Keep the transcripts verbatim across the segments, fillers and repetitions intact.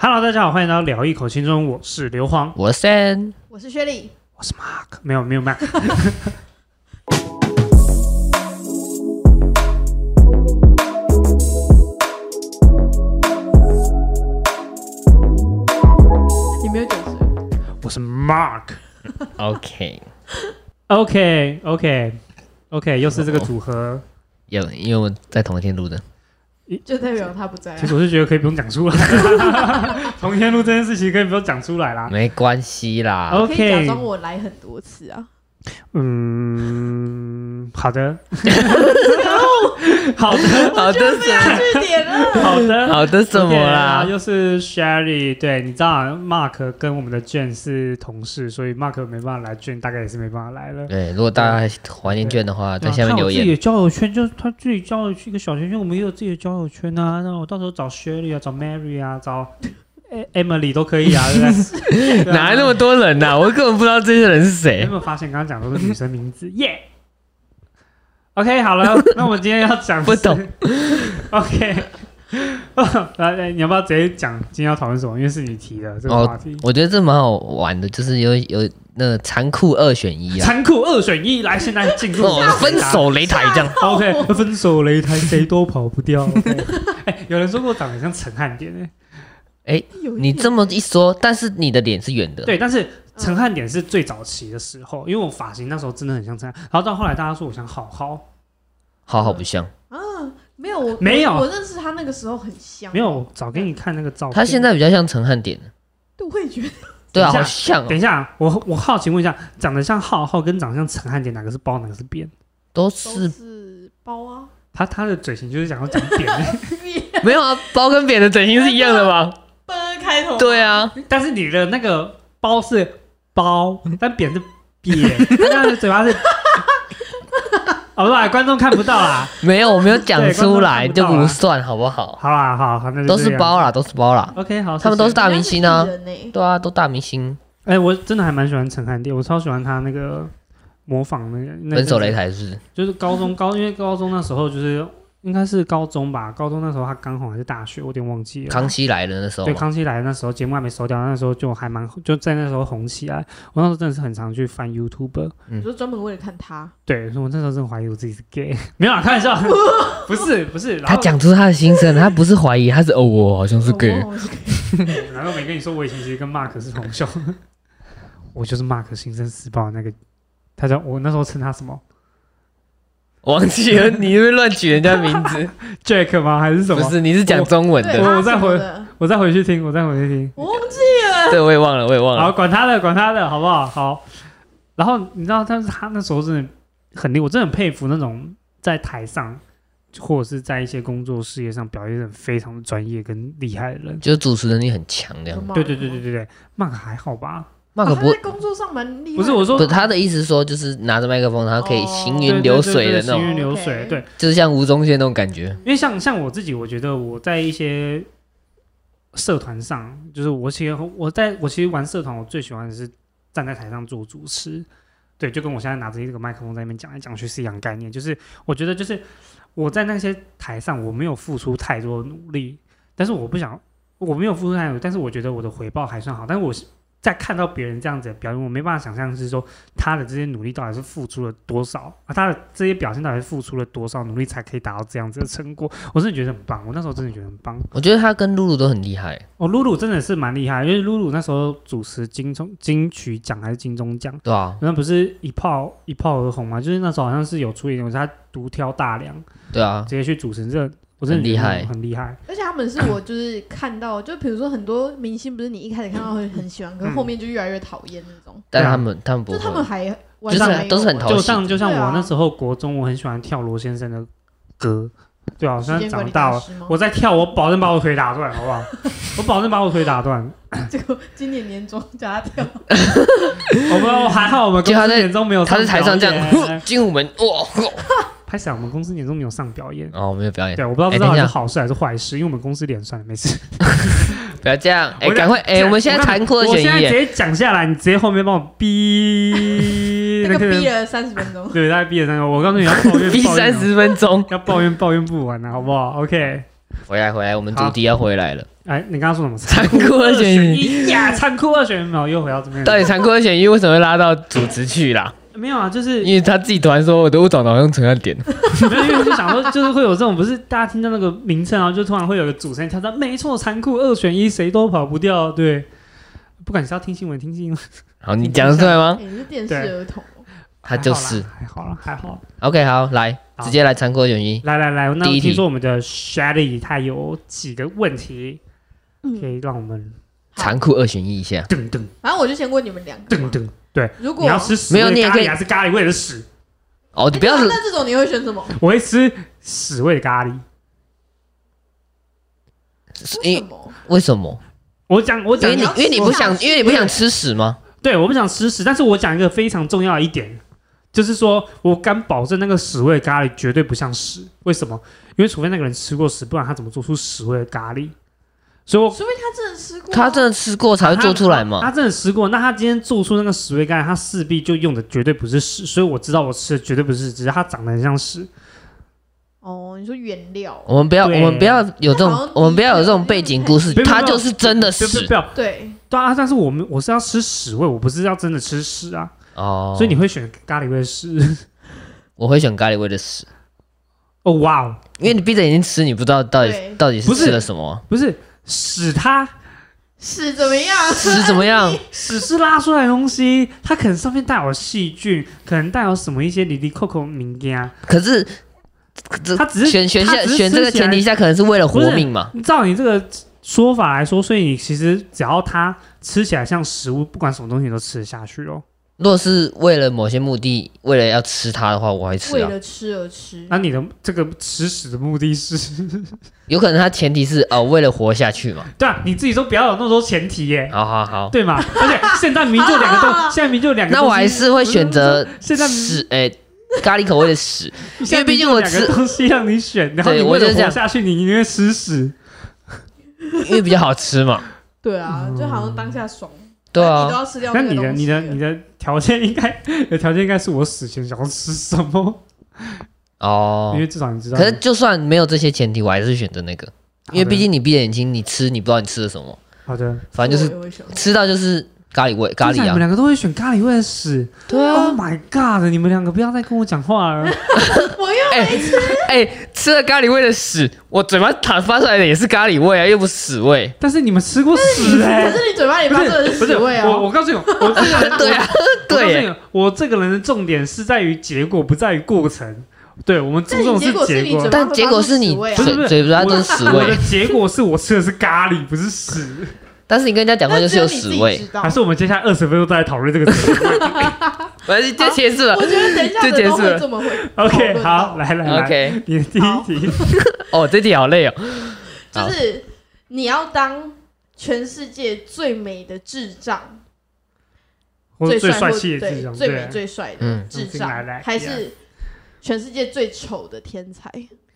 Hello， 大家好，欢迎来到聊一口青春，我是刘皇， 我是 Sam， 我是薛丽， 我是 Mark， 没有没有 Mark 。 你没有九十， 我是 Mark。 OK OK OK OK， 又是这个组合。 有，因为我们在同一天录的， 就代表他不在、啊。 其实我是觉得可以不用讲出来，同天录这件事情可以不用讲出来啦。 没关系啦。 可以假装我来很多次啊。 嗯，好的，好的， 好的什么？ 据点了。 好的， 好的什么啦？ okay, 又是 Sherry， 对，你知道 Mark 跟我们的 Jane 是同事，所以 Mark 没办法来 Jane 大概也是没办法来了。 对，如果大家怀念卷的话，在下面留言。 他有自己的交友圈，就是他自己交了一个小圈圈，我们也有自己的交友圈啊。那我到时候找 Sherry 啊，找 Mary 啊，找 Emily 都可以啊，对不对？ 哪来那么多人啊？我根本不知道这些人是谁。 有没有发现刚刚讲的都是女生名字？耶、yeah! OK， 好了，那我们今天要讲不懂。 OK， 来，你要不要直接讲今天要讨论什么？因为是你提的这个话题。 哦、我觉得这蛮好玩的，就是有有那个残酷二选一啊。 残酷二选一，来，现在进入、 哦、分手擂台这样。 OK， 分手擂台谁都跑不掉。Okay 欸、有人说过我长得像陈汉典诶、欸。 哎、欸，你这么一说，但是你的脸是圆的。 对，但是陈汉典是最早期的时候，因为我发型那时候真的很像陈汉，然后到后来大家说我像浩浩， 浩浩不像啊，没有，我没有， 我认识他那个时候很像， 没有，我找给你看那个照片， 他现在比较像陈汉典。 对，我也觉得， 对啊，好像、哦。 等一下，我我好奇问一下，长得像浩浩跟长得像陈汉典，哪个是包，哪个是扁？ 都是都是包啊。 他他的嘴型就是想要讲扁、欸， 没有啊，包跟扁的嘴型是一样的吗？ 啵开头， 对啊， 但是你的那个包是包，但扁是扁，他的嘴巴是，好吧，观众看不到啦。 没有，我没有讲出来就不算，好不好？ 好啦，好，好，那就都是包啦，都是包啦。 OK， 好， 他们都是大明星啊， 欸、 对啊，都大明星。 哎、欸，我真的还蛮喜欢陈汉典，我超喜欢他那个模仿那个、那個、 分手擂台是不是？ 就是高中高，因为高中那时候就是。应该是高中吧，高中那时候他刚好还是大学，我有点忘记了。 康熙来了那时候， 对，康熙来了那时候节目还没收掉，那时候就还蛮就在那时候红起来。我那时候真的是很常去翻 YouTube， 嗯，就专门为了看他。 对，所以我那时候真的怀疑我自己是 gay， 没有啦，开玩笑，不是不是。 他讲出他的心声，他不是怀疑，他是哦，我好像是 gay。 难道没跟你说我以前其实跟 Mark 是同校？我就是 Mark 新生时报那个，他叫我那时候称他什么？ 忘记了，你是不是乱取人家名字 ？Jack 吗？还是什么？ 不是，你是讲中文的。 我我再回，我再回去听，我再回去听。 我忘记了。 对，我也忘了，我也忘了。 好，管他的，管他的，好不好？好。然后你知道，但是他那时候真的很厉害，我真的很佩服那种在台上或者是在一些工作事业上表现得非常的专业跟厉害的人， 就是主持能力很强这样。 对对对对对对 ，Mark 还好吧？ 马克不、 啊、他在工作上蛮厉害的。 不是我说， 不是他的意思是说，就是拿着麦克风，然后可以行云流水的那种， 行云流水，对， 就是像吴宗宪那种感觉。 因为像像我自己，我觉得我在一些社团上，就是我其实我在我其实玩社团，我最喜欢的是站在台上做主持，对，就跟我现在拿着这个麦克风在那边讲来讲去是一样概念。就是我觉得，就是我在那些台上，我没有付出太多的努力，但是我不想，我没有付出太多，但是我觉得我的回报还算好，但是我在看到别人这样子的表演，我没办法想象是说他的这些努力到底是付出了多少啊，他的这些表现到底是付出了多少努力才可以达到这样子的成果。我真的觉得很棒，我那时候真的觉得很棒。 我觉得他跟露露都很厉害。 哦，露露真的是蛮厉害，因为露露那时候主持金钟金曲奖还是金钟奖， 对啊， 那不是一炮一炮而红嘛？就是那时候好像是有出演，他独挑大梁， 对啊， 直接去主持这。我真的觉得很厉害， 很厉害。 而且他们是我就是看到，就比如说很多明星，不是你一开始看到会很喜欢，可是后面就越来越讨厌那种。 但他们他们不会， 就他们还就是都是很讨喜。 就像就像我那时候国中，我很喜欢跳罗先生的歌，对啊，现在长大了，我在跳，我保证把我腿打断，好不好？我保证把我腿打断。 结果今年年终叫他跳， 我们还好，我们公司年终没有， 他在台上这样，精武门哇。 拍闪，我们公司年终没有上表演哦，没有表演。 对，我不知道这到底是好事还是坏事，因为我们公司脸算了，没事。 不要这样，哎，赶快，哎，我们现在残酷的选一， 我现在直接讲下来，你直接后面帮我逼， 那个逼了三十分钟， 对，大概逼了三十分钟。我告诉你要抱怨， 逼三十分钟， 要抱怨抱怨不完啊，好不好 ？OK， 回来回来，我们主题要回来了。 哎，你刚刚说什么？ 残酷二选一呀！残酷二选一，没有又回到这边。 到底残酷二选一为什么会拉到主持去啦？ 没有啊，就是因为他自己突然说我的物种好像成了点， 没有，因为就想说，就是会有这种，不是大家听到那个名称，然后就突然会有个主持人跳到，没错，残酷二选一，谁都跑不掉，对。不管你是要听新闻，听新闻。 好，你讲得出来吗？ 你是电视儿童， 他就是还好了，还好。 OK， 好，来，直接来残酷二选一。 来来来，那第一题听说我们的 Shady 他有几个问题，可以让我们残酷二选一一下。 噔噔， 反正我就先问你们两个。 噔噔，对， 如果你要吃屎没有，你也可以味的咖喱还是咖喱味的屎？ 哦，你不要， 那这种你会选什么？ 我会吃屎味的咖喱。 为什么？ 为什么？ 我讲，我讲， 因为你因为你不想，因为你不想吃屎吗？ 对，我不想吃屎，但是我讲一个非常重要的一点，就是说我敢保证那个屎味的咖喱绝对不像屎。为什么？因为除非那个人吃过屎，不然他怎么做出屎味的咖喱？所以我， 除非他真的吃过， 他真的吃过才会做出来嘛。 他真的吃过，那他今天做出那个屎味咖喱，他势必就用的绝对不是屎，所以我知道我吃的绝对不是，只是它长得很像屎。 哦，你说原料， 我们不要，我们不要有这种，我们不要有这种背景故事，它就是真的屎。 不要， 对对啊，但是我们我是要吃屎味，我不是要真的吃屎啊。 哦， 所以你会选咖喱味的屎？ 我会选咖喱味的屎。 哦哇哦， 因为你闭着眼睛吃，你不知道到底到底是吃了什么。 不是屎它。 屎怎么样？ 屎怎么样？ 屎是拉出来的东西，它可能上面带有细菌，可能带有什么一些里里扣扣物件。 可是， 它只是选选下选这个前提下，可能是为了活命嘛。 照你这个说法来说，所以你其实只要它吃起来像食物，不管什么东西你都吃得下去哦。 如果是为了某些目的，为了要吃它的话，我会吃、啊。 为了吃而吃。 那你的这个吃屎的目的是？ 有可能它前提是哦、呃，为了活下去嘛。 对啊，你自己都不要有那么多前提耶。 好好好， 对嘛？而且现在明就两个都，现在明就两个。 那我还是会选择现在屎，哎、欸，咖喱口味的屎，因为毕竟我吃两个东西让你选，然后你为了活下去，你宁愿吃屎， 因为比较好吃嘛。 对啊，就好像当下爽。 对啊， 你都要吃掉那那个你的、你的、你的条件应该，你的条件应该是我死前想要吃什么哦， 因为至少你知道。 可是就算没有这些前提，我还是选择那个，因为毕竟你闭着眼睛，你吃，你不知道你吃了什么。 好的， 反正就是吃到就是咖喱味，咖喱啊。 你们两个都会选咖喱味的屎？ 对啊 ！Oh my god！你们两个不要再跟我讲话了。 我又没吃。 哎、欸，吃了咖喱味的屎，我嘴巴打发出来的也是咖喱味啊，又不是屎味。 但是你们吃过屎哎、 欸？可是你嘴巴里发出的是屎味啊！ 我我告诉你，我这个人对啊，对我，我这个人的重点是在于结果，不在于过程。对，我们注重是结果， 但结果是你嘴嘴巴都是屎味。 我的结果是我吃的是咖喱，不是屎。 但是你跟人家讲话就是有屎味， 还是我们接下来二十分钟再来讨论这个屎味？ 反正就结束了。 我觉得等一下就会这么会。 OK， 好，来来来 ，OK， 你的第一题。 哦，这题好累哦。 就是你要当全世界最美的智障， 最帅气的智障， 最美最帅的智障， 嗯、 还是全世界最丑的天才？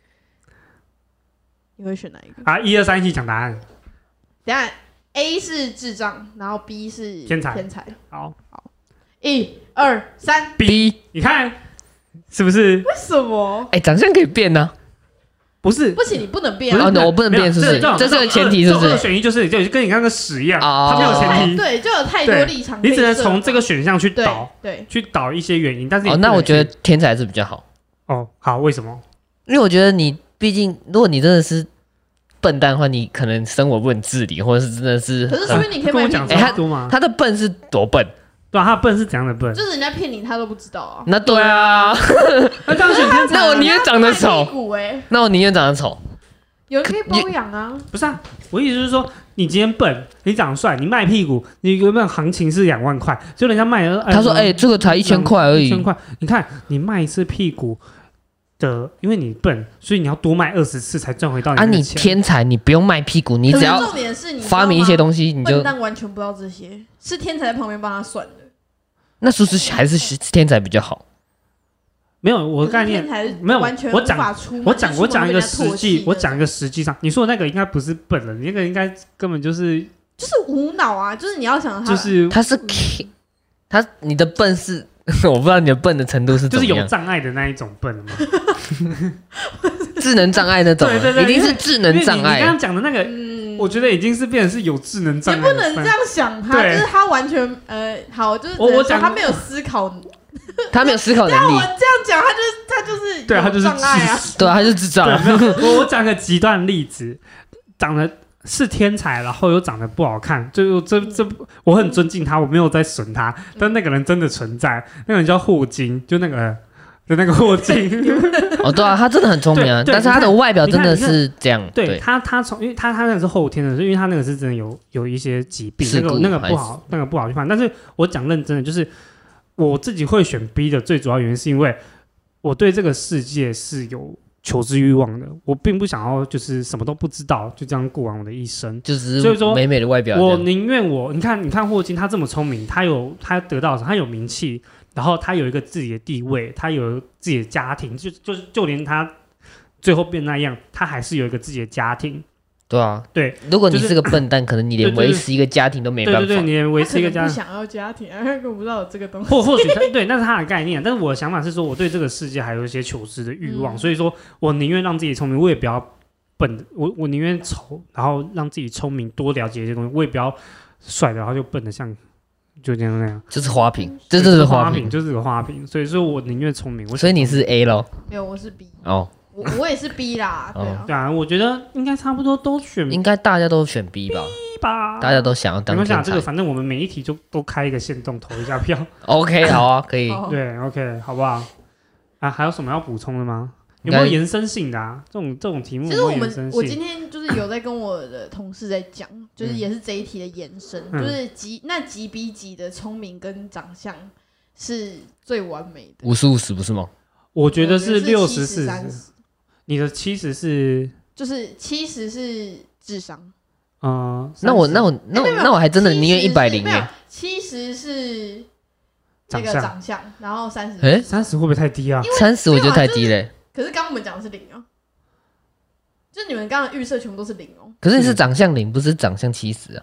你会选哪一个？ 啊，一二三，一起讲答案。 等下 A 是智障，然后 B 是天才。 天才， 好， 好，一二三 ，B， 你看是不是？ 为什么？ 哎、欸，长相可以变呢、啊？ 不是， 不行，你不能变啊！哦，我不能变，是不是？这是个前提，是不是？ 二选一就是就跟你刚刚的屎一样，它没有前提， 对，就有太多立场， 你只能从这个选项去导， 对， 去导一些原因。但是哦，那我觉得天才是比较好。 哦，好，为什么？ 因为我觉得你毕竟，如果你真的是笨蛋的话，你可能生活不能自理，或者是真的是…… 可是说明你可以跟我讲差不多吗？ 他的笨是多笨？ 对啊，他的笨是怎样的笨？ 就是人家骗你，他都不知道啊。 那对啊， 那当然选天才。 那我宁愿长得丑，那我宁愿长得丑。 有人可以包养啊？ 不是啊，我意思是说，你今天笨，你长得帅，你卖屁股，你原本行情是两万块，就人家卖了， 他说：“哎、欸，这个才一千块而已。” 一千块，你看你卖一次屁股的，因为你笨，所以你要多卖二十次才赚回到你的钱。 啊，你天才，你不用卖屁股，你只要重点是你发明一些东西，你就笨蛋完全不知道这些，是天才在旁边帮他算的。 那是不是还是天才比较好？ 没有，我的概念没有。我讲，我讲，我讲一个实际，我讲一个实际上，你说的那个应该不是笨人，你那个应该根本就是就是无脑啊，就是你要想他， 就是他是他你的笨是我不知道你的笨的程度是怎就是有么样， 障碍的那一种笨嘛。 智能障碍那种啊， 对对对一定是智能障碍因为你你刚。刚讲的那个， 嗯， 我觉得已经是变成是有智能障碍的笨。 也不能这样想他， 对就是他完全呃，好，就是我我讲只能说他没有思考。 他没有思考能力那我，这样讲，他就是他就是对他就是有障碍啊。 对啊，他就智障啊。 对，没有我我讲个极端例子，长得是天才，然后又长得不好看，就这这我很尊敬他，我没有在损他，但那个人真的存在，那个人叫霍金，就那个就那个霍金。 哦，对啊，他真的很聪明啊， 对对但是他的外表真的你看是这样。 对他，他从因为他他那个是后天的，因为他那个是真的有有一些疾病， 事故那个那个还是不好，那个不好去判。但是我讲认真的，就是我自己会选 B 的最主要原因，是因为我对这个世界是有求知欲望的，我并不想要就是什么都不知道，就这样过完我的一生。 就只所以说是美美的外表这样。 我宁愿我，你看，你看霍金，他这么聪明，他有他得到什么？他有名气，然后他有一个自己的地位，他有自己的家庭，就就是就连他最后变那样，他还是有一个自己的家庭。 对啊， 对， 如果你就是是个笨蛋，可能你连对对对维持一个家庭都没办法。 对对对，你连维他持一个家庭， 可能不想要家庭，他根本不知道有这个东西。 或或许他对，那是他的概念。但是我的想法是说，我对这个世界还有一些求知的欲望， 嗯所以说我宁愿让自己聪明，我也不要笨，我我宁愿丑，然后让自己聪明，多了解一些东西，我也不要帅的，然后就笨的像就这样那样。 就是花瓶，这就是花瓶。 就是个花瓶，所以说我宁愿聪明。我所以你是 A 咯？ 没有，我是 B， 哦， 我我也是 B 啦，对啊。 对啊，我觉得应该差不多都选 B 应该大家都选 B 吧？ 吧。 大家都想要当天没关系啊，这个才。 反正我们每一题就都开一个限动投一下票。 OK，好啊，可以。 好对 ，OK， 好不好？啊，还有什么要补充的吗？有应该没有延伸性的啊？这种这种题目其实我们有没有延伸我今性？ 天就是有在跟我的同事在讲，就是也是这一题的延伸， 嗯就是级那级比级的聪明跟长相是最完美的。 五十五十不是吗？ 我觉得是六十十四三十，你的七十是就是七十是智商， 呃， 那我三十那我那我哎没有那我还真的宁愿 70 一百零没有哎。 七十是那个长相长相，然后三十。 哎， 三十会不会太低啊？ 三十我觉得太低嘞。 可是刚刚我们讲的是零哦，就是你们刚刚的预设全部都是零哦。 可是你是长相零，不是长相七十啊？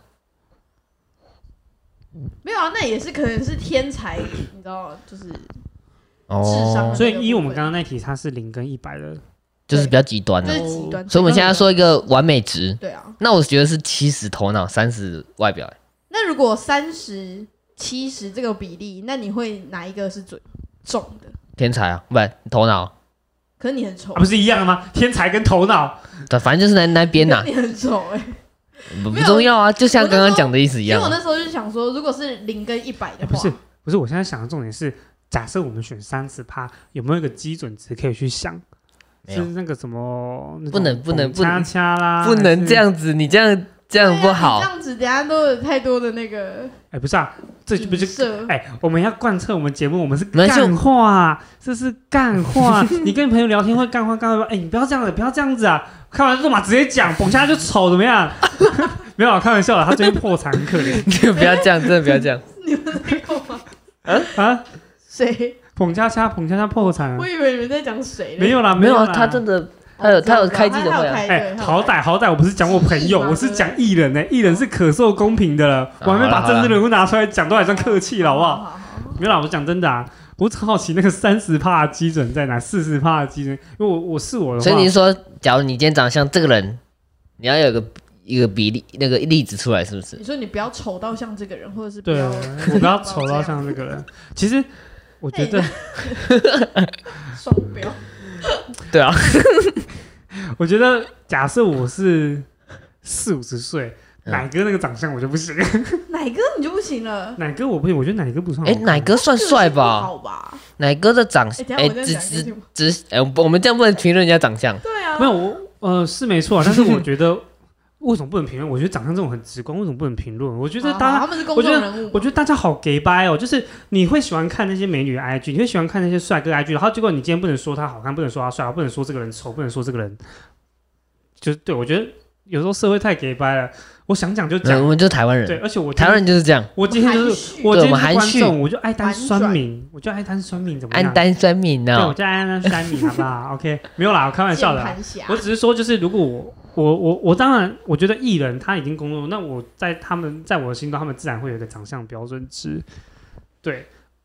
没有啊，那也是可能是天才，你知道，就是智商哦， 所以依我们刚刚那题，它是零跟一百的。 就是比较极端的。 这是极端。 所以我们现在说一个完美值， 对啊， 那我觉得是七十头脑，三十外表。 那如果三十七十这个比例，那你会哪一个是最重的？ 天才啊，不然头脑， 可是你很丑啊，不是一样的吗？天才跟头脑， 对，反正就是那那边呐可，是你很丑哎、 不不没有重要啊，就像刚刚讲的意思一样啊。 因为我那时候就想说，如果是零跟一百的话， 哎不是不是，我现在想的重点是，假设我们选三十趴，有没有一个基准值可以去想？ 没有是那个什么？ 不能不能不掐能掐啦， 不能还是这。样子，你这样这样不对啊好你这。样子等下都有太多的那个哎，不是啊，这就不就影射。 哎，我们要贯彻我们节目，我们是没关系干话啊，这是干话。你跟朋友聊天会干话，干话，哎，你不要这样子，不要这样子啊！开玩笑嘛，直接讲，蹦下就丑，怎么样？没有啊，开玩笑的，他最近破产很可怜你不要这样，真的不要这样。 你们在干嘛？ 啊。 谁？ 彭佳佳，彭佳佳破产我，以为你们在讲谁呢？ 没有啦， 没有啊， 啦他真的， 哦， 他有他有我知道开记者会啊。 他有开哎， 对好歹好歹我不是讲我朋友， 是嘛我是讲艺人呢，艺人是可受公平的了，我还没把政治人物拿出来讲，都还算客气了，好不好？ 好好好没有啦，我讲真的啊，我只好奇那个三十趴的基准在哪，四十趴的基准，因为我我是我的话， 所以你是说，假如你今天长相这个人，你要有个一个比例那个例子出来，是不是你？说你不要丑到像这个人，或者是不要对我不要丑到像这个人。其实我觉得， 双标。 对啊， 我觉得假设我是四五十岁， 嗯奶哥那个长相我就不行， 奶哥你就不行了， 奶哥我不行，我觉得奶哥不算好哎， 看。 奶哥算帅不吧？ 好吧？ 奶哥的长哎，等一哎下我这只只样讲进去吗只哎，我们这样不能评论人家长相。 对啊， 没有我呃是没错啊，但是我觉得为什么不能评论？我觉得长相这种很直观，为什么不能评论？我觉得好大家好他们是公我觉得众人物嘛， 我觉得大家好 gay 掰哦，就是你会喜欢看那些美女的 I G，你会喜欢看那些帅哥的 I G，然后结果你今天不能说他好看，不能说他帅，不能说这个人丑，不能说这个人，就是对我觉得有时候社会太 gay 掰了，我想讲就讲， 嗯我们就是台湾对， 人， 而且我今台湾人就是这样， 我今天就是含蓄我今天是对我们含蓄观众，我就爱单婉转酸民，我就爱单酸民，怎么样？ 安单酸敏对，我哦。 就爱单酸民，好不好？OK，没有啦，我开玩笑的啦。 键盘侠我只是说，就是如果我我我我当然，我觉得艺人他已经工作，那我在他们在我的心中，他们自然会有一个长相标准值。对，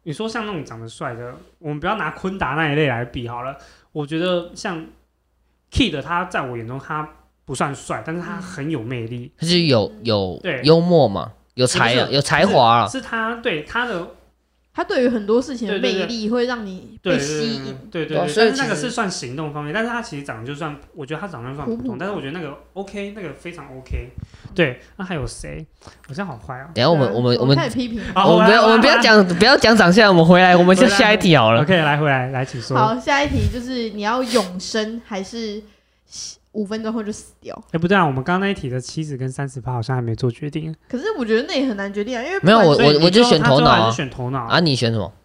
你说像那种长得帅的，我们不要拿昆达那一类来比好了。我觉得像 Kid， 他在我眼中他不算帅，但是他很有魅力， 他是有有对幽默嘛，有才啊，有才华啊。 是他对他的。 他对于很多事情的魅力会让你被吸引， 对对对， 所以但是那个是算行动方面，但是他其实长得就算，我觉得他长得算普通，但是我觉得那个 OK， 那个非常 OK。对，那还有谁？我现在好坏啊！ 等一下我们我们我们开始批评， 我们不要我们不要讲不要讲长相，我们回来我们就下一题好了。 OK， 来回来来，请说。 好，下一题就是你要永生还是五分钟后就死掉？ 哎，不对啊，我们刚刚那一题的七十跟三十趴好像还没做决定。 可是我觉得那也很难决定啊，因为没有我我我就选头脑啊， 选头脑啊，你选什么？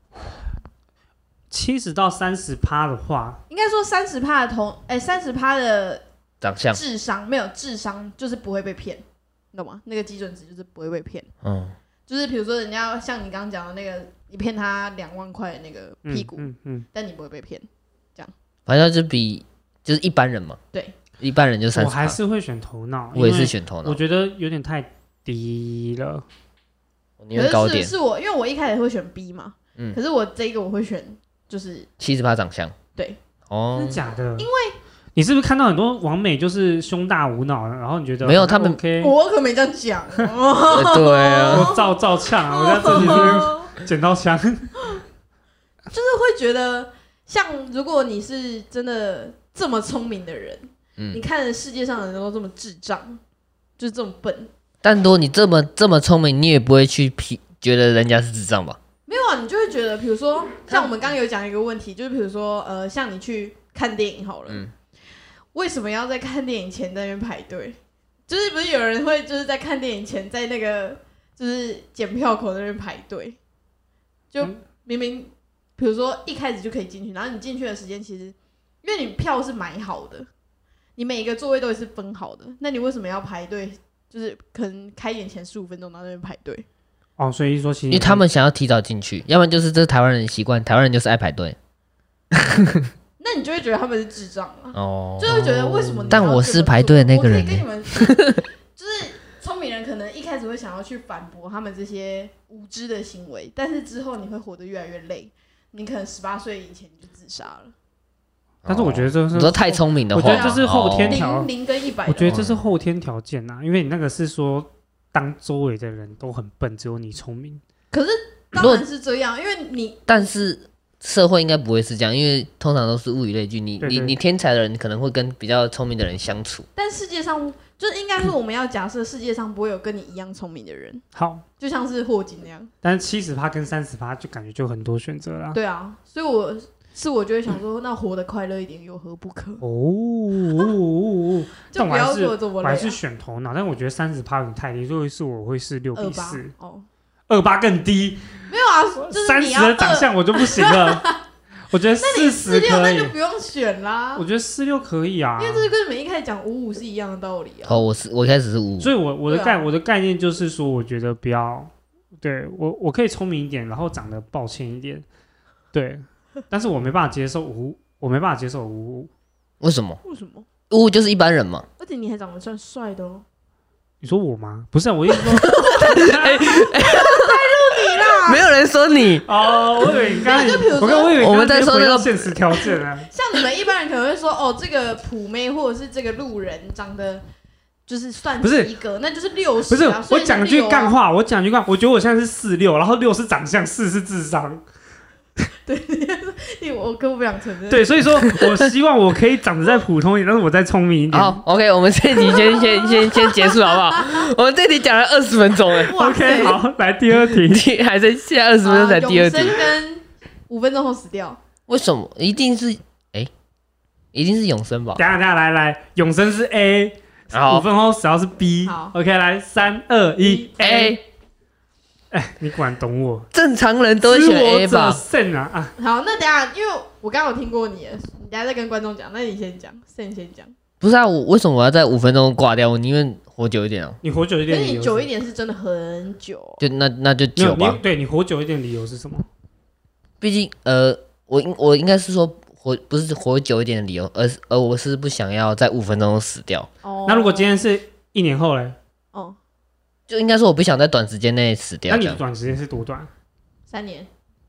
七十到三十趴的话， 应该说三十趴的头，哎，三十趴的长相智商没有智商就是不会被骗，你懂吗？那个基准值就是不会被骗。 嗯， 就是比如说人家像你刚刚讲的那个，你骗他两万块的那个屁股， 嗯嗯嗯， 但你不会被骗，这样。 反正就比就是一般人嘛， 对， 一般人就三十。 我还是会选头脑， 我也是选头脑， 我觉得有点太低了。 你会高点？ 是是我，因为我一开始会选 B 嘛，嗯，可是我这个我会选就是七十趴长相， 对， 哦，真的假的？因为你是不是看到很多网美就是胸大无脑，然后你觉得没有他们 OK？ 我可没这样讲， 对啊， 我照照呛啊，我在这里是剪刀枪，就是会觉得，像如果你是真的这么聪明的人，嗯，你看世界上的人都这么智障，就是这么笨。 但如果你这么这么聪明，你也不会去批觉得人家是智障吧？ 没有啊，你就会觉得，比如说像我们刚刚有讲一个问题，就是比如说呃，像你去看电影好了，嗯，为什么要在看电影前在那边排队？就是不是有人会就是在看电影前在那个就是检票口那边排队？就明明比如说一开始就可以进去，然后你进去的时间其实因为你票是买好的，你每一个座位都是分好的，那你为什么要排队？就是可能开演前十五分钟到那边排队哦，所以说其实因为他们想要提早进去，要不然就是这是台湾人的习惯，台湾人就是爱排队。 那你就会觉得他们是智障啊，哦，就会觉得为什么你？ 但我是排队的那个人， 我可以跟你们，就是聪明人可能一开始会想要去反驳他们这些无知的行为，但是之后你会活得越来越累，你可能十八岁以前你就自杀了。 但是我觉得这是， 你说太聪明的话， 我觉得这是后天条， 零零跟一百， 我觉得这是后天条件呐，因为你那个是说，当周围的人都很笨，只有你聪明。 可是当然是这样，因为你， 但是社会应该不会是这样，因为通常都是物以类聚，你你你天才的人可能会跟比较聪明的人相处。 但世界上就是应该是我们要假设世界上不会有跟你一样聪明的人， 好， 就像是霍金那样。 但是七十趴跟三十趴就感觉就很多选择啦。 对啊，所以我。是我就会想说，那活得快乐一点有何不可？ 哦， 就不要做这么累、啊。 我还是选头脑，但我觉得三十趴有点太低，如果是我会是六比四。 哦， 二八更低。 没有啊， 三十的长相我就不行了。我觉得四十可以， 那就不用选啦。 我觉得四六可以啊， 因为这是跟你们一开始讲五五是一样的道理啊。 哦，我是我一开始是五五， 所以我我的概、啊、我的概念就是说，我觉得不要，对我我可以聪明一点，然后长得抱歉一点，对。但是我没办法接受五，我没办法接受五五。 为什么？ 为什么？ 五五就是一般人嘛。 而且你还长得算帅的哦。 你说我吗？不是、啊，我意思说， 带入你啦。 没有人说你哦，我以为你刚才， 就比如说， 我以为我们在说那个现实条件啊。 像你们一般人可能会说，哦，这个普妹或者是这个路人长得。就是算及格，那就是六十、啊。 不是，我讲句干话，我讲句干话，我觉得我现在是四六，然后六是长相，四是智商。 对，我根本不想承认。 对，所以说我希望我可以长得再普通一点，但是我再聪明一点。 好 ，OK， 我们这题先先先先结束好不好？我们这题讲了二十分钟了。 OK， 好，来第二题， 还剩下二十分钟才第二题。 永生跟五分钟后死掉， 为什么？一定是哎、欸，一定是永生吧？ 等一下等一下，来来，永生是 A， 五分后死掉是 B。OK， 来，三二一 A。哎，你果然懂我。 正常人都会选 A 吧？ 胜啊啊！ 好，那等一下，因为我刚刚有听过你，你等一下再跟观众讲，那你先讲，胜先讲。 不是啊，我为什么我要在五分钟挂掉？我宁愿活久一点啊。 你活久一点， 可是你久一点是真的很久。 就那那就久吧。 你对你活久一点理由是什么？ 毕竟呃，我应我应该是说活不是活久一点的理由，而而我是不想要在五分钟死掉。 哦。 那如果今天是一年后嘞？ 哦。 就应该说我不想在短时间内死掉。 那你的短时间是多短？ 三年。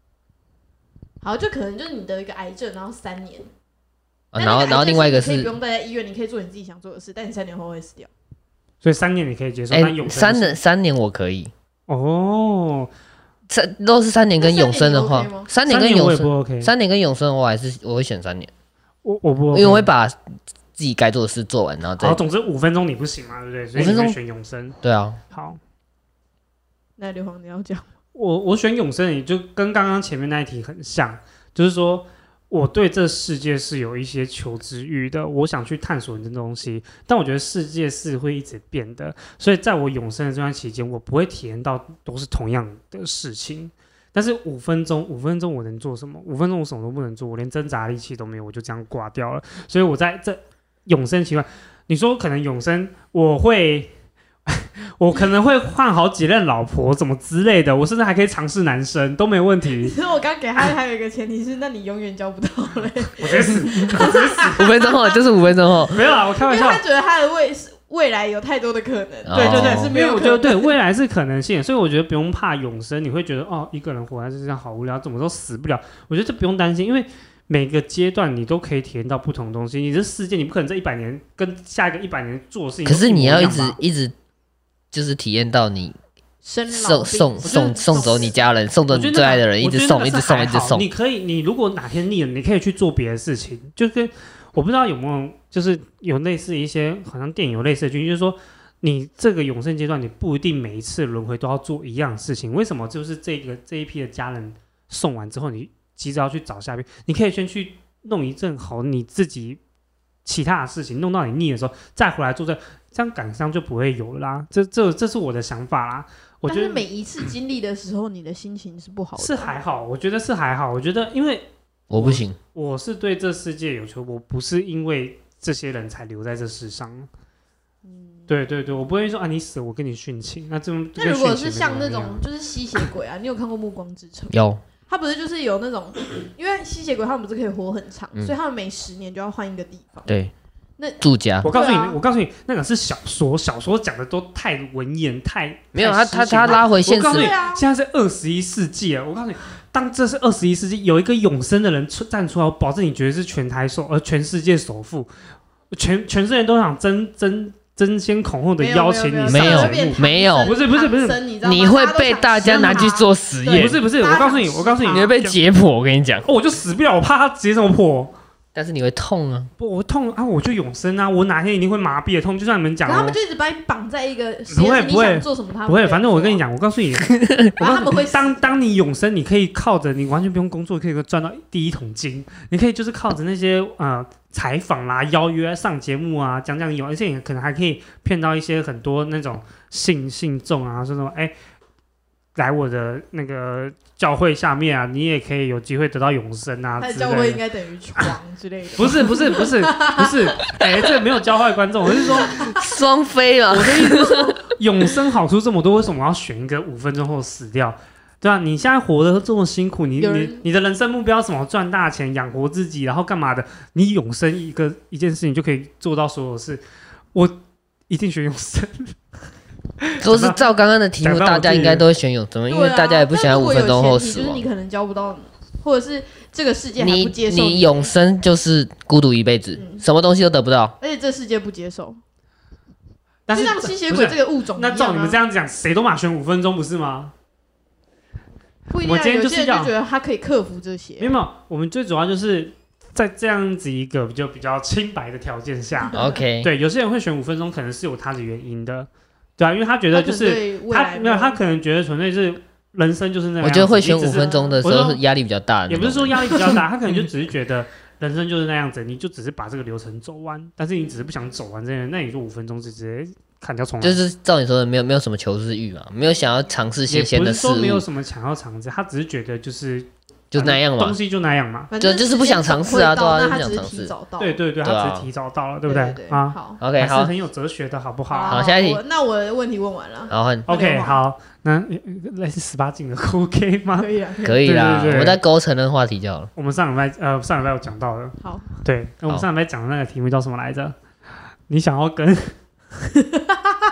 好，就可能就是你得一个癌症，然后三年， 啊、然后然后另外一个是你可以不用待在医院，你可以做你自己想做的事，但你三年后会死掉。 所以三年你可以接受， 哎、 但永生三年三年我可以。 哦， 三都是三年跟永生的话，三年跟永生， 三年我也不 OK， 三年跟永生的话，还是我会选三年。 我我不 OK， 因为我会把自己该做的事做完，然后再。 好，总之五分钟你不行嘛，对不对？所以你会选永生。 对啊。 好， 那刘皇你要讲， 我我选永生，也就跟刚刚前面那一题很像，就是说我对这世界是有一些求知欲的，我想去探索这东西，但我觉得世界是会一直变的，所以在我永生的这段期间，我不会体验到都是同样的事情。但是五分钟，五分钟我能做什么？五分钟我什么都不能做，我连挣扎力气都没有，我就这样挂掉了。所以我在这永生期间，你说可能永生我会。我可能会换好几任老婆，怎么之类的，我甚至还可以尝试男生，都没问题。 其实我刚给他还有一个前提是，那你永远交不到嘞。 我觉得死，我觉得死。 五分钟后就是五分钟后， 没有啦，我开玩笑。 因为他觉得他的未未来有太多的可能， 哦、 对对对，是没有可能。 因为我觉得对未来是可能性，所以我觉得不用怕永生。你会觉得哦，一个人活在世界上好无聊，怎么都死不了。我觉得这不用担心，因为每个阶段你都可以体验到不同的东西。你这世界，你不可能这一百年跟下一个一百年做的事情。 可是你要一直一直。就是体验到你送送送送走你家人，送走你最爱的人，一直送，一直送，一直送。 你可以，你如果哪天腻了，你可以去做别的事情。就跟我不知道有没有，就是有类似一些好像电影有类似的剧情，就是说你这个永生阶段，你不一定每一次轮回都要做一样的事情。为什么？就是这个这一批的家人送完之后，你急着要去找下一批，你可以先去弄一阵好你自己其他的事情，弄到你腻的时候再回来做这。这样感伤就不会有了啦，这这这是我的想法啦。我觉得但是每一次经历的时候，你的心情是不好的。 是还好，我觉得是还好。我觉得因为我不行， 我，我是对这世界有求，我不是因为这些人才留在这世上。嗯，对对对，我不会说啊，你死了我跟你殉情。那这种那如果是像那种就是吸血鬼啊，你有看过《暮光之城》？ 有。 他不是就是有那种，因为吸血鬼他们不是可以活很长，嗯、所以他们每十年就要换一个地方。 对。 那住家， 我告诉你， 啊、 我告诉你，那个是小说，小说讲的都太文言，太没有他他他拉回现实。 我告诉你，现在是二十一世纪了。我告诉你，当这是二十一世纪，有一个永生的人出站出来，我保证你觉得是全台首，呃，全世界首富，全全世界人都想争争争先恐后的邀请你上没有节目， 没有， 不是不是不是， 你会被大家拿去做实验， 不是不是，我告诉你，我告诉你， 你会被解剖。我跟你讲， 哦，我就死不了，我怕他直接这么破。 但是你会痛啊！ 不，我痛啊！我就永生啊！我哪天一定会麻痹的痛，就像你们讲的， 他们就一直把你绑在一个不会不会做什么，他不会。反正我跟你讲，我告诉你， 我他们会当当你永生，你可以靠着你完全不用工作，可以赚到第一桶金。你可以就是靠着那些呃采访啦、邀约上节目啊，讲讲有，而且你可能还可以骗到一些很多那种信信众啊，说什么哎。来我的那个教会下面啊，你也可以有机会得到永生啊。 他的教会应该等于床之类的。 不是不是不是不是，哎、欸，这没有教坏观众，我是说双飞了。 我的意思是说，永生好处这么多，为什么要选一个五分钟后死掉？对啊，你现在活得这么辛苦，你你你的人生目标什么？赚大钱、养活自己，然后干嘛的？你永生一个一件事情就可以做到所有事，我一定选永生。 都是照刚刚的题目，大家应该都会选永生，因为大家也不想要五分钟后死亡。 就是你可能交不到，或者是这个世界还不接受你。你永生就是孤独一辈子，嗯、什么东西都得不到， 而且这世界不接受。 但是就像吸血鬼这个物种、啊， 那照你们这样讲，谁都马选五分钟不是吗？ 不一定、啊， 我今天就是有些人就觉得他可以克服这些。 没有，我们最主要就是在这样子一个就比较清白的条件下 ，OK， 对，有些人会选五分钟，可能是有他的原因的。对啊，因为他觉得就是他没有，他可能觉得纯粹是人生就是那样。 我觉得会选五分钟的时候是压力比较大的， 也不是说压力比较大，他可能就只是觉得人生就是那样子，你就只是把这个流程走完，但是你只是不想走完这些，那你就五分钟就直接砍掉重来。 就是照你说的，没有没有什么求知欲嘛，没有想要尝试新鲜的事物。 也不是说没有什么想要尝试，他只是觉得就是。 就那样嘛， 东西就那样嘛， 就就是不想尝试啊，对啊，就不想尝试。 对对对，他只是提早到了，对不对？啊， 好 ，OK， 好， 还是很有哲学的，好不好？ 好，下一题。 那我的问题问完了， 然后 OK， 好，那类似十八禁的 OK 吗？ 可以啊， 可以啦，我们再勾成人话题就好了。 我们上礼拜呃上礼拜有讲到了， 好， 对，我们上礼拜讲的那个题目叫什么来着？你想要跟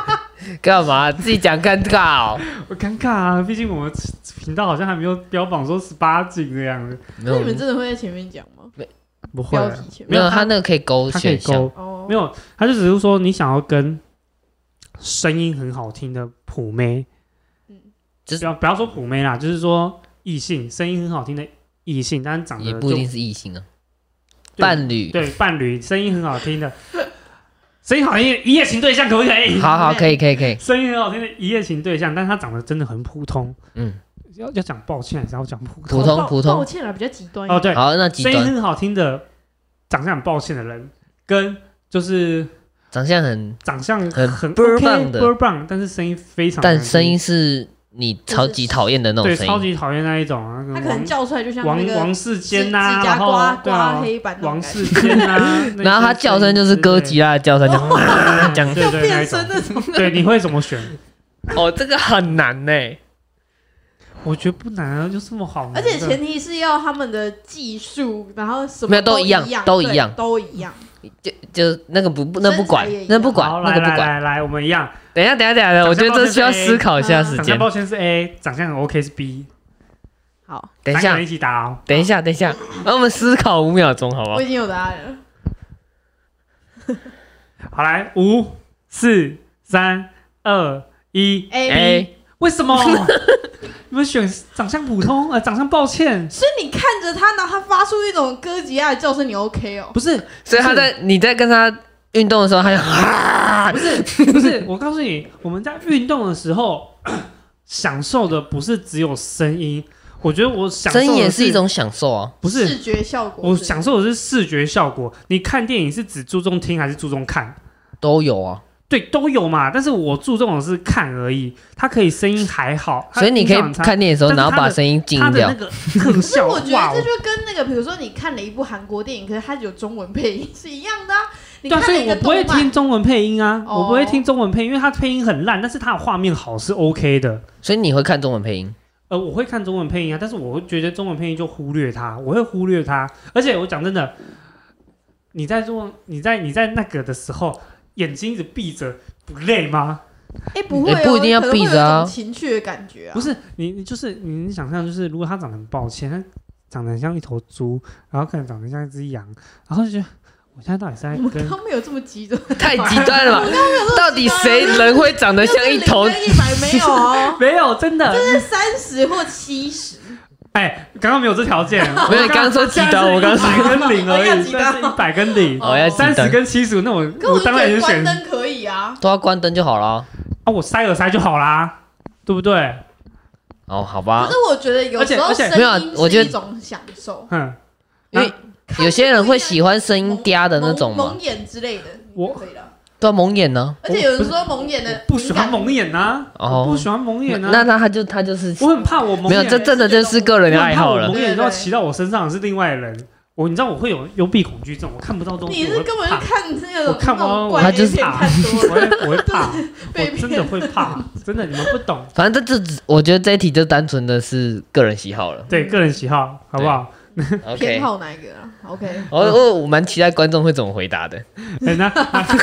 干嘛自己讲尴尬哦？ 我尴尬啊，毕竟我们频道好像还没有标榜说十八禁的样子。 那你们真的会在前面讲吗？ 不会、啊， 没有，他那个可以勾他可以勾， 哦、 没有，他就只是说你想要跟声音很好听的普妹，嗯，就是不要不要说普妹啦，就是说异性声音很好听的异性，但是长得也不一定是异性啊，伴侣对伴侣声音很好听的，声音好听的一夜情对象可不可以？ 好好，可以可以可以， 声音很好听的一夜情对象，但是他长得真的很普通，嗯。要要讲抱歉还是要讲普通？ 普通普通， 抱歉啦，比较极端。 哦，对， 好，那极端。 声音很好听的，长相很抱歉的人，跟就是长相很长相很很倍儿棒的， 倍儿棒，但是声音非常， 但声音是你超级讨厌的那种声音， 对，超级讨厌那一种啊。 他可能叫出来就像王王世坚呐， 指甲刮刮黑板， 王世坚呐， 然后他叫声就是哥吉拉的叫声， 讲就变身那种。 对，你会怎么选？ 哦，这个很难呢。 我觉得不难啊，就这么好。 而且前提是要他们的技术，然后什么没有都一样，都一样， 都一样。 就就那个不那不管，那不管，那个不管。 来来来，我们一样。 等一下，等一下，等一下，我觉得这需要思考一下时间。 抱歉是 A， 长相很 OK 是 B。 好， 等一下， 一起答哦。 等一下，等一下，让我们思考五秒钟，好不好？ 我已经有答案了。好，来，五、四、三、二、一 ，A。 为什么？你们选长相普通，呃，长相抱歉。 所以你看着他，然后他发出一种哥吉拉的叫声，你 OK 哦？ 不是， 所以他在你在跟他运动的时候，他就啊， 不是不是，我告诉你，我们在运动的时候享受的不是只有声音，我觉得我享受的是声音也是一种享受啊， 不是视觉效果。 我享受的是视觉效果。你看电影是只注重听还是注重看？ 都有啊。 对，都有嘛，但是我注重的是看而已。它可以声音还好， 所以你可以看电影的时候，然后把声音静掉。 它的那个特效， 我觉得这就跟那个，比如说你看了一部韩国电影，可是它有中文配音是一样的啊。你看对，所以我不会听中文配音啊，哦、我不会听中文配音，因为它配音很烂，但是它的画面好是 OK 的。 所以你会看中文配音？ 呃，我会看中文配音啊，但是我会觉得中文配音就忽略它，我会忽略它。而且我讲真的，你在做你在你在那个的时候，眼睛一直闭着。不累吗？ 哎、欸，不会、哦欸，不一定要闭着啊。 情趣的感觉啊， 不是你，你就是你想象，就是如果他长得很抱歉，他长得很像一头猪，然后可能长得像一只羊，然后就觉得我现在到底是在跟…… 我刚没有这么极端， 太极端了吧？到底谁人会长得像一头？ 一百没有哦， 没有，真的， 这是三十或七十。 哎，刚刚没有这条件， 没有，刚刚说极端，我刚刚一百跟零而已，但是一百跟零， 哦，要三十跟七十，那我我当然也是选关灯可以啊， 都要关灯就好了啊，我塞耳塞就好啦，对不对？ 哦，好吧。 可是我觉得有时候声音是一种享受， 嗯， 因为有些人会喜欢声音嗲的那种嘛， 蒙眼之类的，我可以了。 对啊，蒙眼呢、 啊，而且有人说蒙眼的不喜欢蒙眼啊，哦，不喜欢蒙眼啊。 那那他就他就是， 我很怕我蒙眼， 没有，这真的就是个人的爱好了。 蒙眼要骑到我身上是另外的人，我你知道我会有幽闭恐惧症，我看不到东西。 你是根本就看那种， 我看不到， 他就是怕， 我会我会怕，我真的会怕，真的你们不懂。 反正这这，我觉得这一题就单纯的是个人喜好了， 对，个人喜好，好不好？ 偏好哪一个啊 ？OK， 我我我蛮期待观众会怎么回答的。 哎，那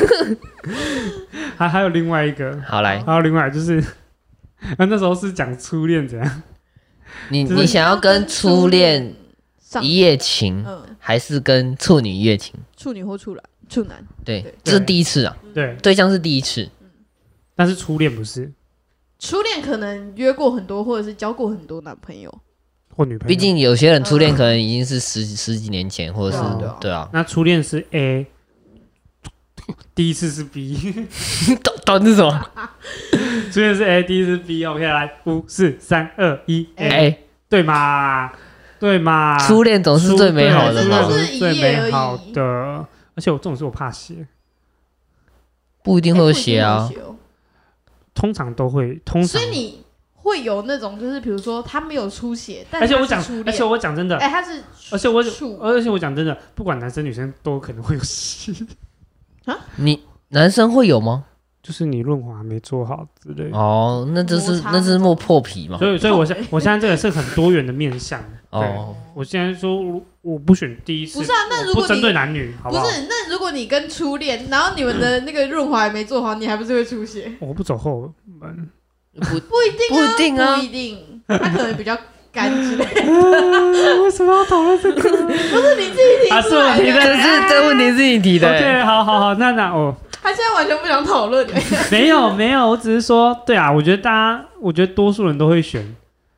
还还有另外一个， 好来， 还有另外就是，那那时候是讲初恋怎样？ 你你想要跟初恋一夜情，还是跟处女一夜情？ 处女或处男，处男。 对，这是第一次啊。 对， 对象是第一次， 但是初恋不是。 初恋可能约过很多，或者是交过很多男朋友。 或女朋友， 毕竟有些人初恋可能已经是十十几年前，或者是对啊。 那初恋是 A， 第一次是 B， 到底是什么？ 初恋是 A， 第一次是 B。OK， 来，五、四、三、二、一 ，A， 对嘛？对嘛？ 初恋总是最美好的嘛， 是最美好的。而且我这种事我怕写， 不一定会有写啊， 通常都会，通常。 所以你。会有那种，就是比如说他没有出血，但而且我讲，而且我讲真的， 哎、欸，他是， 而且我，而且我讲真的，不管男生女生都可能会有戏啊。你男生会有吗？ 就是你润滑没做好之类的。 哦，那就是那是磨破皮嘛。 所以，所以我现我现在这个是很多元的面向。 哦， 我现在说， 我不选第一次， 不是啊，那如果不针对男女，好不好？ 不是，那如果你跟初恋，然后你们的那个润滑还没做好，你还不是会出血？ 我不走后门， 不不一定啊， 不一定啊不一定，他可能比较干之类的。 为什么要讨论这个？ 不是你自己提啊，是我出来的， 提的， 这是这问题是你提的、 OK， 好好好，那那哦， 他现在完全不想讨论。 没有没有，我只是说，对啊，我觉得大家，我觉得多数人都会选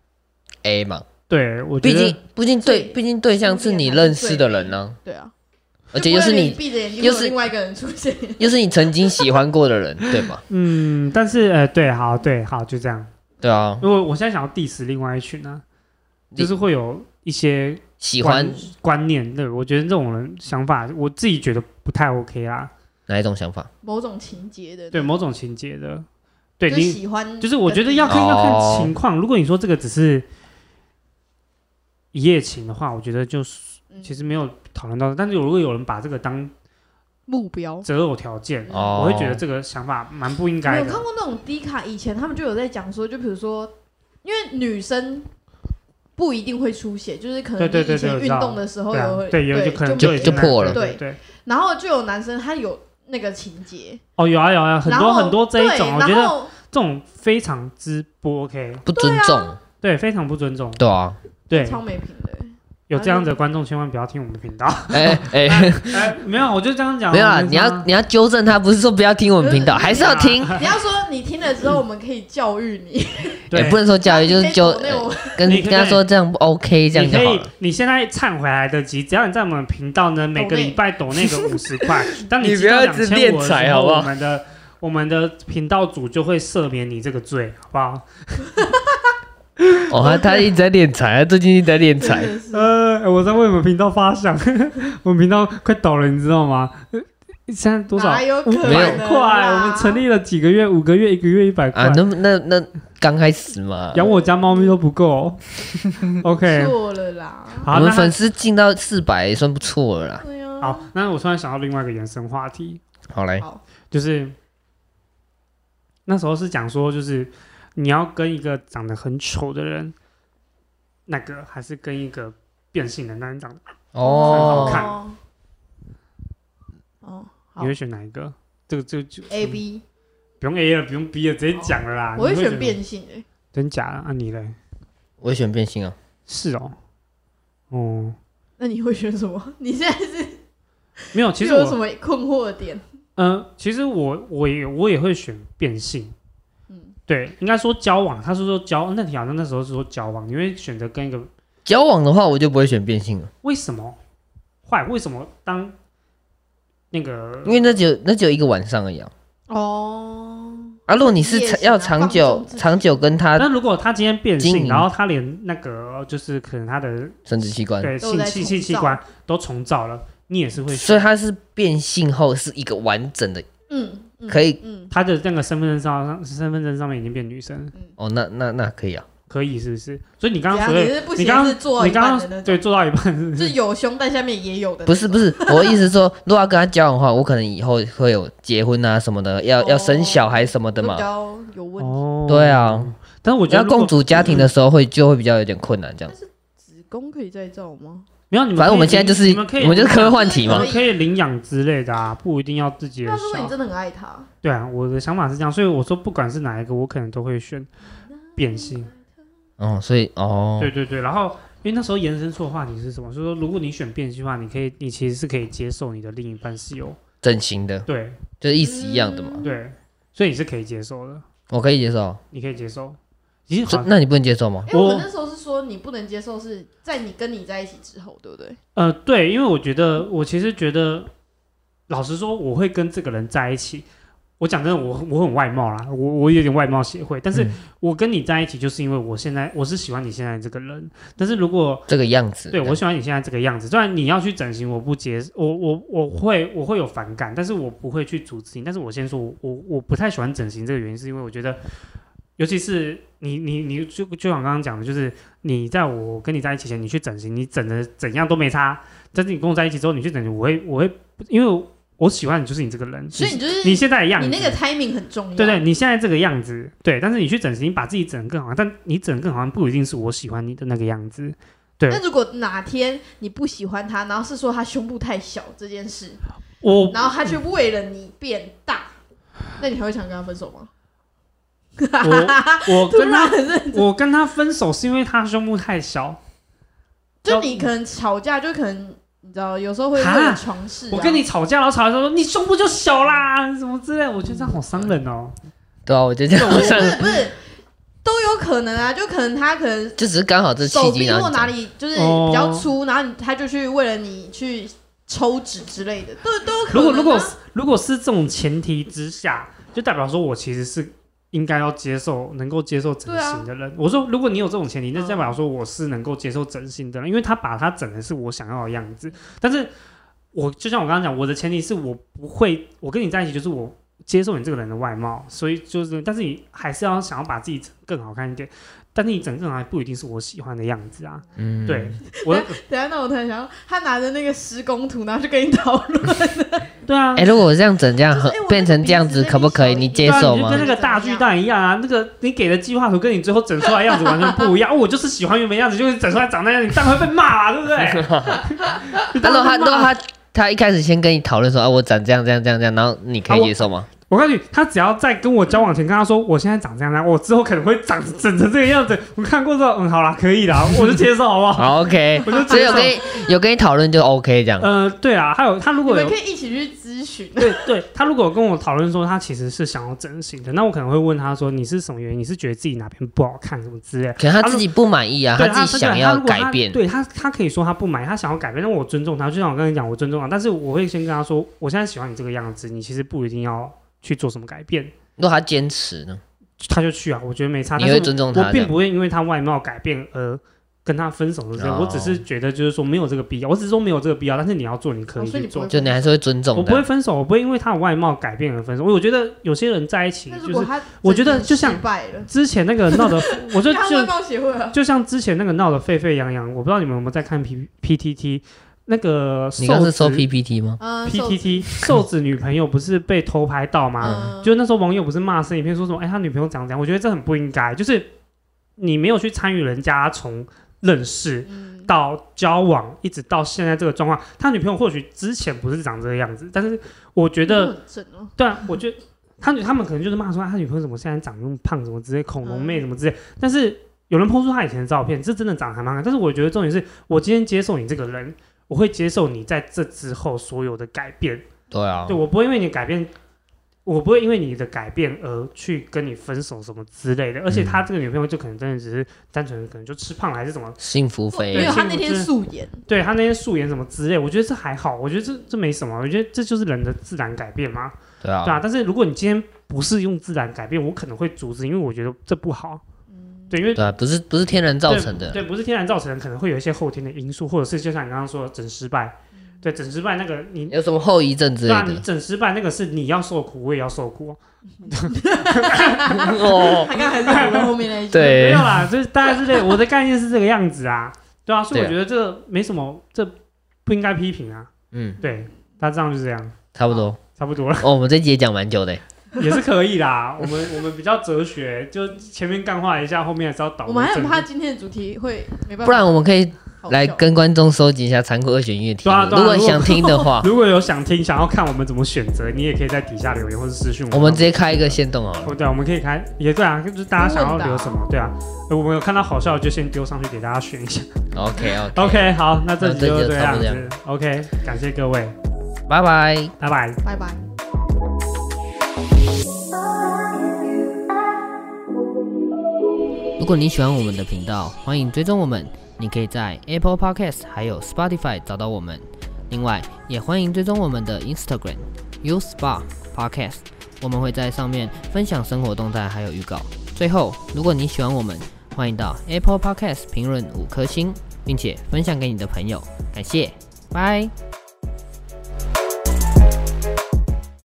A 嘛， 对，我觉得毕竟毕竟对， 最毕竟对象是你认识的人呢、 对啊， 而且又是你闭着眼睛， 又是另外一个人出现。 又是你曾经喜欢过的人，对吗？ 嗯，但是呃，对，好，对，好，就这样。 对啊， 因为我现在想要 diss 另外一群呢、啊，就是会有一些喜欢观观念，对，我觉得这种人想法，我自己觉得不太 OK 啦。 哪一种想法？ 某种情节的， 对，某种情节的，对就是你喜欢， 就是我觉得要看哦要看情况。如果你说这个只是一夜情的话，我觉得就是嗯其实没有讨论到。但是如果有人把这个当目标。 择偶条件， 哦我会觉得这个想法蛮不应你该的。 有看过那种低卡？以前他们就有在讲说，就比如说，因为女生不一定会出血，就是可能对对对你以前运对我知道动的时候对啊有， 对，有就可能就已经就破了对对对。 然后就有男生他有那个情节， 哦，有啊有啊，很然后多很多这一对种，我觉得然后这种非常之不 OK， 不尊重， 对，非常不尊重。 对啊， 对， 超没品的。 有这样子的观众千万不要听我们的频道。 哎哎， 哎，没有，我就这样讲。 没有啦， 我跟说你要你要纠正他，不是说不要听我们频道，还是要听， 你要说你听了之后，我们可以教育你， 对也不能说教育，就是纠那种跟你可以跟他说这样不 OK，这样你可以就好了。， 你现在忏悔来得及，只要你在我们频道呢，每个礼拜抖那个五十块，当你积到不要一直两千五的敛财时候， 好不好我们的我们的频道组就会赦免你这个罪，好不好？ 哦，他他一直在敛财，他最近一直在敛财。 真的是呃，我在为我们频道发想，我们频道快倒了，你知道吗？呃现在多少？ 哪有可五能百块， 啦我们成立了几个月，五个月，一个月一百块啊，，那那那刚开始嘛， 养我家猫咪都不够。OK， 错了啦。 好，那我们粉丝进到四百也算不错了啦。 对啊， 好，那我突然想到另外一个延伸话题， 好嘞， 好， 就是那时候是讲说，就是你要跟一个长得很丑的人，那个还是跟一个变性的男人长得， 哦好看哦，好你会选哪一个？这个这个就 ，A B， 不用 A 了，不用 B 了，直接讲了啦。 我会选你选变性诶。 真假的？啊，你嘞？ 我也选变性啊。 是哦，哦， 那你会选什么？你现在是没有，其实我， 又有什么困惑的点？ 嗯、其实我我也我也会选变性。 嗯， 对，应该说交往，他是说交，那题好像那时候是说交往，你会选择跟一个交往的话，我就不会选变性了， 为什么？坏？为什么当那个？ 因为那只有那只有一个晚上而已啊。 哦， 啊，如果你是夜行啊长要长久放纵自己长久跟他那如果他今天变性， 经营然后他连那个就是可能他的生殖器官， 对都在性器器重造器官都重造了，你也是会选所以他是变性后是一个完整的， 嗯，嗯可以嗯， 他的那个身份证上身份证上面已经变女生了， 哦，那那那可以啊。 可以是不是？所以你刚怎样刚所谓你是不行， 你刚是做到一你刚半的那种， 刚对做到一半是不？ 就是是有胸但下面也有的那种， 不是不是，我的意思是说，如果要跟他交往的话，我可能以后会有结婚啊什么的，要、 哦要生小孩什么的嘛。 就比较有问题。 哦， 对啊， 但是我觉得如果要共组家庭的时候会就会比较有点困难，这样。 子宫可以再造吗？ 没有你们可以， 反正我们现在就是你们可以我们就是科幻体嘛你们。可以领养之类的啊，不一定要自己的小。 那如果你真的很爱他， 对啊，我的想法是这样，所以我说不管是哪一个，我可能都会选变性。 哦，所以哦， 对对对，然后因为那时候延伸出的话题是什么？就是说，如果你选变性的话，你可以，你其实是可以接受你的另一半是有整形的， 对就是意思一样的嘛。 对，所以你是可以接受的， 我可以接受， 你可以接受。其实好， 这那你不能接受吗？ 因为我我们那时候是说你不能接受是在你跟你在一起之后，对不对？ 呃，对，因为我觉得，我其实觉得，老实说，我会跟这个人在一起。我讲真的，我我很外貌啦，我我有点外貌协会，但是嗯我跟你在一起，就是因为我现在我是喜欢你现在这个人，但是如果这个样子， 对我喜欢你现在这个样子，虽然你要去整形，我不接，我我我会我会有反感，但是我不会去阻止你。但是我先说，我我我不太喜欢整形这个原因，是因为我觉得，尤其是你你你就就像刚刚讲的，就是你在我跟你在一起前，你去整形，你整的怎样都没差，但是你跟我在一起之后，你去整形，我会我会因为我喜欢你就是你这个人， 所以你就是你现在的样子， 你那个 timing 很重要， 对对，你现在这个样子，对，但是你去整形，你把自己整得更好，但你整得更好，不一定是我喜欢你的那个样子， 对。 那如果哪天你不喜欢他，然后是说他胸部太小这件事， 我然后他却为了你变大，那你还会想跟他分手吗？ 我我跟他很认真， 我跟他分手是因为他胸部太小， 就你可能吵架，就可能你知道，有时候会为了床事、啊。 我跟你吵架，然后吵的时候说你胸部就小啦，什么之类，我觉得这样好伤人哦。 对啊，我觉得这样好伤人。 不是不是，都有可能啊，就可能他可能就只是刚好这契手机， 臂或哪里就是比较粗，然后你他就去为了你去抽脂之类的，都都有可能、啊。 如果如果如果是这种前提之下，就代表说我其实是应该要接受能够接受整形的人。啊、我说，如果你有这种前提，那代表说我是能够接受整形的人，因为他把他整的是我想要的样子。但是我就像我刚刚讲，我的前提是我不会，我跟你在一起就是我接受你这个人的外貌，所以就是，但是你还是要想要把自己整更好看一点。但是你整更好还不一定是我喜欢的样子啊。嗯，对。我等一下，那我突然想到，他拿着那个施工图，然后就跟你讨论。 对啊。 哎、欸，如果我这样整这样、欸、变成这样子，可不可以？你接受吗？ 啊、你就跟那个大巨蛋一样啊，那个你给的计划图跟你最后整出来的样子完全不一样。哦、我就是喜欢原本样子，就是整出来长那样，你当然会被骂啊，对不对？ 那如果他，如果他他一开始先跟你讨论说啊，我长这样这样这样这样，然后你可以接受吗？ 啊我告诉你，他只要在跟我交往前跟他说，我现在长这样，我之后可能会长整成这个样子。我看过之后，嗯，好啦，可以啦，我就接受，好不好？ 好 ，OK。 我就所以有跟你有跟你讨论就 OK 这样。 呃，对啊，还有他如果有你们可以一起去咨询。 对对，他如果有跟我讨论说他其实是想要整形的，那我可能会问他说你是什么原因？你是觉得自己哪边不好看什么之类的？ 可能他自己不满意啊，他自己想要改变。 对他，他可以说他不满意，他想要改变，那我尊重他。就像我跟你讲，我尊重他，但是我会先跟他说，我现在喜欢你这个样子，你其实不一定要去做什么改变。 如果他坚持呢？ 他就去啊，我觉得没差。 你会尊重他？ 我并不会因为他外貌改变而跟他分手的、哦、我只是觉得就是说没有这个必要，我只是说没有这个必要，但是你要做，你可以去做。 哦、 就你还是会尊重的。 我不会分手，我不会因为他的外貌改变而分手。我觉得有些人在一起，就是我觉得就像之前那个闹的，我就就就像之前那个闹得沸沸扬扬，我不知道你们有没有在看 P P T T。那个你刚是说 P P T 吗、 嗯、 ？P T T 瘦子女朋友不是被偷拍到吗？嗯、就那时候网友不是骂声影片说什么？哎、欸，他女朋友长这样，我觉得这很不应该。就是你没有去参与人家从认识到交往，一直到现在这个状况，他女朋友或许之前不是长这个样子，但是我觉得， 哦、 对啊，我觉得他他们可能就是骂说他女朋友怎么现在长那么胖，什么之类，恐龙妹什么之类，嗯、但是有人 po 出他以前的照片，这真的长得还蛮好看。但是我觉得重点是我今天接受你这个人。我会接受你在这之后所有的改变， 对啊， 对我不会因为你改变，我不会因为你的改变而去跟你分手什么之类的。而且他这个女朋友就可能真的只是单纯可能就吃胖了还是什么幸福肥， 没有他那天素颜， 对他那天素颜什么之类，我觉得这还好，我觉得这这没什么，我觉得这就是人的自然改变嘛， 对啊， 对啊。但是如果你今天不是用自然改变，我可能会阻止，因为我觉得这不好。对，因为对、啊，不是不是天然造成的， 对，对，不是天然造成的，可能会有一些后天的因素，或者是就像你刚刚说的整失败，嗯、对，整失败那个你有什么后遗症之类的？ 对啊，你整失败那个是你要受苦，我也要受苦。 哦，他刚还是我们后面那一句， 对， 没有啦，就是大概是这个，我的概念是这个样子啊，对啊，所以我觉得这没什么，这不应该批评啊，嗯，对，他这样就这样， 差不多， 差不多了。 哦，我们这集也讲蛮久的。 也是可以啦，我们我们比较哲学，就前面干话一下，后面还是要导。 我们还很怕今天的主题会没办法， 不然我们可以来跟观众收集一下残酷二选一的题目。 对啊对啊， 如果想听的话， 如果有想听、想要看我们怎么选择，你也可以在底下留言或是私讯我。 我们直接开一个限动好了。 哦，对啊，我们可以开，也对啊，就是大家想要留什么，对啊，我们有看到好笑的就先丢上去给大家选一下。 OK OK OK， 好，那这集就这样子。 样 OK， 感谢各位， 拜拜拜拜拜拜。 如果你喜欢我们的频道，欢迎追踪我们。你可以在 Apple Podcast 还有 Spotify 找到我们。另外，也欢迎追踪我们的 Instagram U Spa Podcast， 我们会在上面分享生活动态还有预告。最后，如果你喜欢我们，欢迎到 Apple Podcast 评论五颗星，并且分享给你的朋友。感谢，拜。